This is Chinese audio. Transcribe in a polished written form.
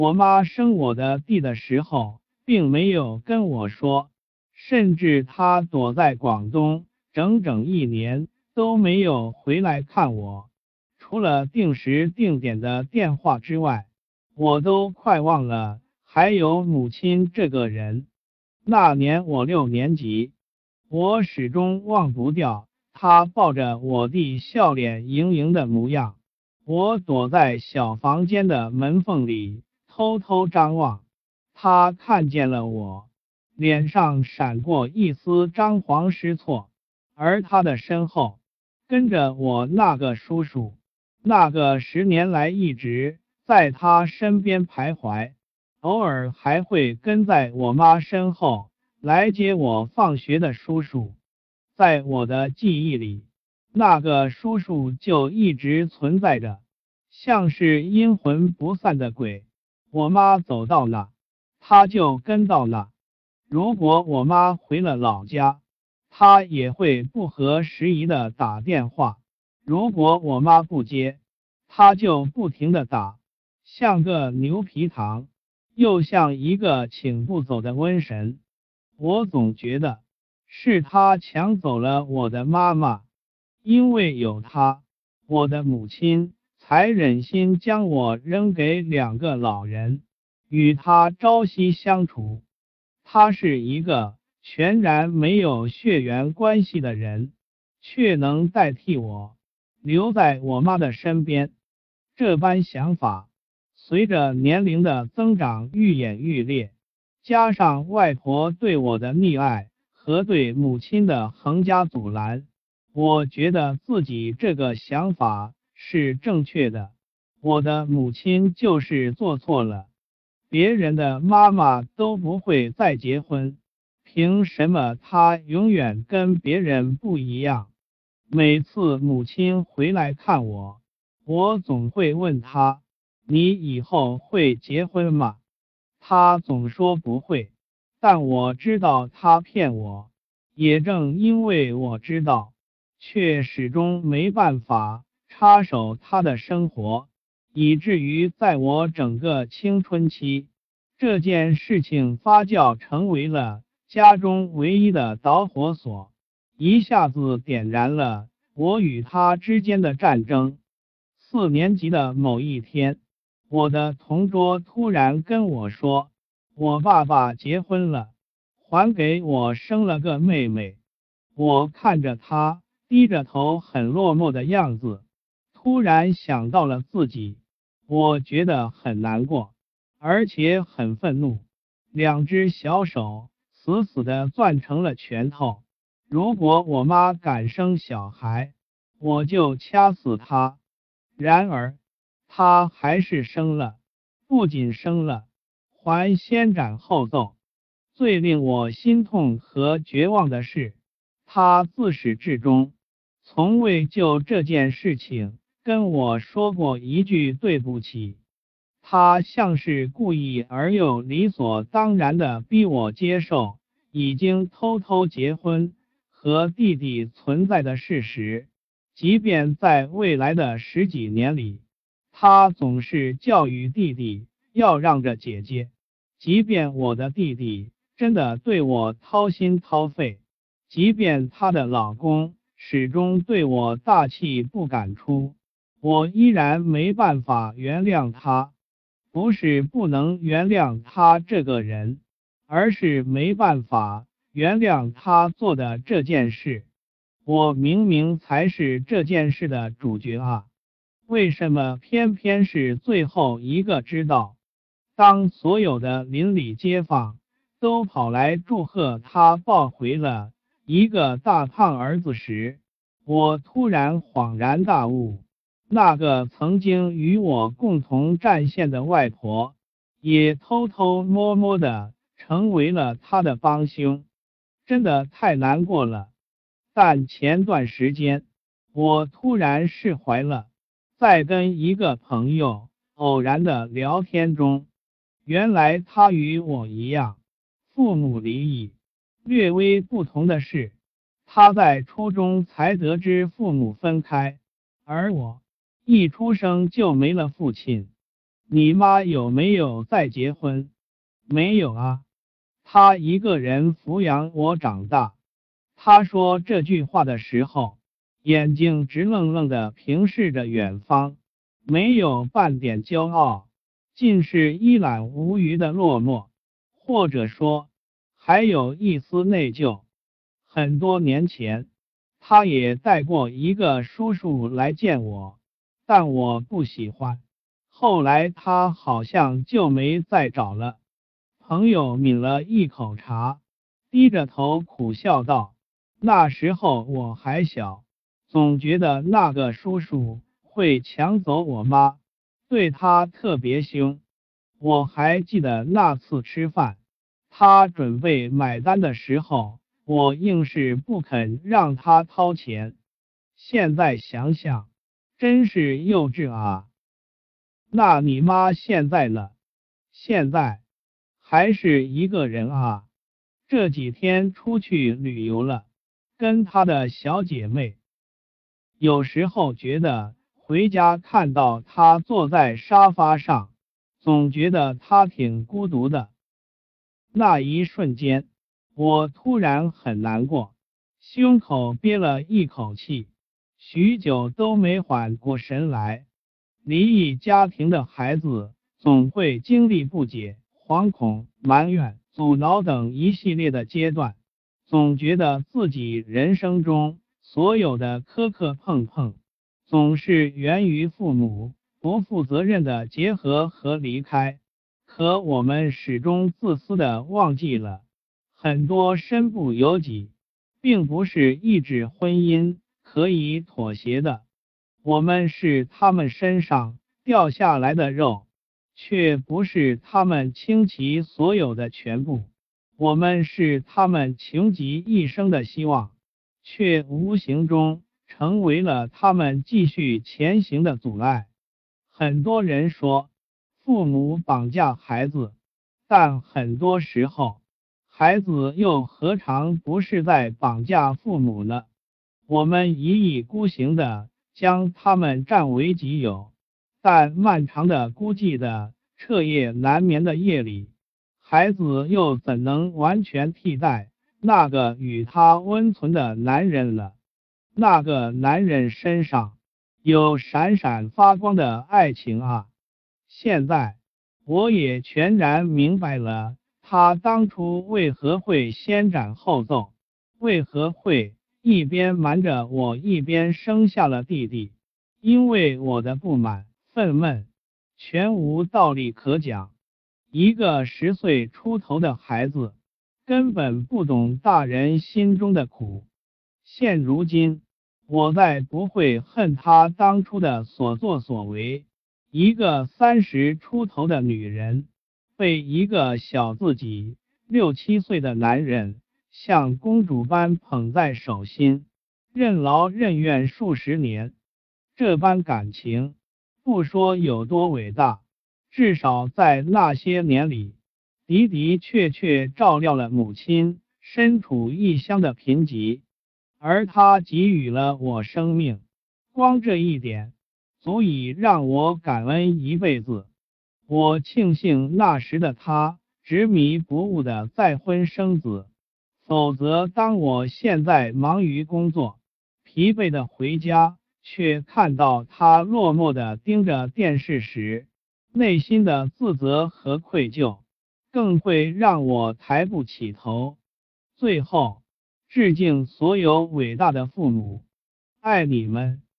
我妈生我的弟的时候，并没有跟我说，甚至她躲在广东整整1年都没有回来看我，除了定时定点的电话之外，我都快忘了还有母亲这个人。那年我6年级，我始终忘不掉她抱着我弟笑脸盈盈的模样。我躲在小房间的门缝里偷偷张望，他看见了我，脸上闪过一丝张皇失措，而他的身后跟着我那个叔叔，那个10年来一直在他身边徘徊，偶尔还会跟在我妈身后来接我放学的叔叔。在我的记忆里，那个叔叔就一直存在着，像是阴魂不散的鬼。我妈走到哪，他就跟到哪。如果我妈回了老家，他也会不合时宜的打电话。如果我妈不接，他就不停的打，像个牛皮糖，又像一个请不走的瘟神。我总觉得是他抢走了我的妈妈，因为有他，我的母亲才忍心将我扔给2个老人，与他朝夕相处。他是一个全然没有血缘关系的人，却能代替我留在我妈的身边。这般想法随着年龄的增长愈演愈烈，加上外婆对我的溺爱和对母亲的横加阻拦，我觉得自己这个想法是正确的。我的母亲就是做错了，别人的妈妈都不会再结婚，凭什么她永远跟别人不一样？每次母亲回来看我，我总会问她：你以后会结婚吗？她总说不会，但我知道她骗我。也正因为我知道，却始终没办法插手她的生活，以至于在我整个青春期，这件事情发酵成为了家中唯一的导火索，一下子点燃了我与他之间的战争。4年级的某一天，我的同桌突然跟我说，我爸爸结婚了，还给我生了个妹妹。我看着他低着头很落寞的样子，突然想到了自己，我觉得很难过，而且很愤怒。2只小手死死地攥成了拳头。如果我妈敢生小孩，我就掐死她。然而，她还是生了，不仅生了，还先斩后奏。最令我心痛和绝望的是，她自始至终从未就这件事情跟我说过一句对不起。他像是故意而又理所当然地逼我接受已经偷偷结婚和弟弟存在的事实，即便在未来的10几年里，他总是教育弟弟要让着姐姐，即便我的弟弟真的对我掏心掏肺，即便她的老公始终对我大气不敢出，我依然没办法原谅他。不是不能原谅他这个人，而是没办法原谅他做的这件事。我明明才是这件事的主角啊，为什么偏偏是最后一个知道？当所有的邻里街坊都跑来祝贺他抱回了一个大胖儿子时，我突然恍然大悟。那个曾经与我共同战线的外婆，也偷偷摸摸的成为了他的帮凶，真的太难过了。但前段时间，我突然释怀了，在跟一个朋友偶然的聊天中，原来他与我一样，父母离异。略微不同的是，他在初中才得知父母分开，而我一出生就没了父亲。 你妈有没有再结婚？没有啊，她一个人抚养我长大。他说这句话的时候，眼睛直愣愣地平视着远方，没有半点骄傲，尽是一览无余的落寞，或者说，还有一丝内疚。很多年前，他也带过一个叔叔来见我，但我不喜欢。后来他好像就没再找了。朋友抿了一口茶，低着头苦笑道：那时候我还小，总觉得那个叔叔会抢走我妈，对她特别凶。我还记得那次吃饭，他准备买单的时候，我硬是不肯让他掏钱。现在想想，真是幼稚啊。那你妈现在呢？现在还是一个人啊。这几天出去旅游了，跟她的小姐妹。有时候觉得回家看到她坐在沙发上，总觉得她挺孤独的。那一瞬间，我突然很难过，胸口憋了一口气，许久都没缓过神来。离异家庭的孩子总会经历不解、惶恐、埋怨、阻挠等一系列的阶段，总觉得自己人生中所有的磕磕碰碰，总是源于父母不负责任的结合和离开。可我们始终自私地忘记了，很多身不由己，并不是一纸婚姻可以妥协的。我们是他们身上掉下来的肉，却不是他们倾其所有的全部。我们是他们穷极一生的希望，却无形中成为了他们继续前行的阻碍。很多人说，父母绑架孩子，但很多时候，孩子又何尝不是在绑架父母呢？我们一意孤行的将他们占为己有，但漫长的孤寂的彻夜难眠的夜里，孩子又怎能完全替代那个与他温存的男人了？那个男人身上有闪闪发光的爱情啊！现在我也全然明白了，他当初为何会先斩后奏，为何会一边瞒着我一边生下了弟弟。因为我的不满、愤懑，全无道理可讲。一个10岁出头的孩子，根本不懂大人心中的苦。现如今，我再不会恨他当初的所作所为。一个30出头的女人，被一个小自己6、7岁的男人像公主般捧在手心，任劳任怨数十年。这般感情，不说有多伟大，至少在那些年里，的的确确照料了母亲身处异乡的贫瘠，而他给予了我生命。光这一点，足以让我感恩一辈子。我庆幸那时的他执迷不悟的再婚生子，否则当我现在忙于工作，疲惫的回家，却看到他落寞的盯着电视时，内心的自责和愧疚，更会让我抬不起头。最后，致敬所有伟大的父母，爱你们。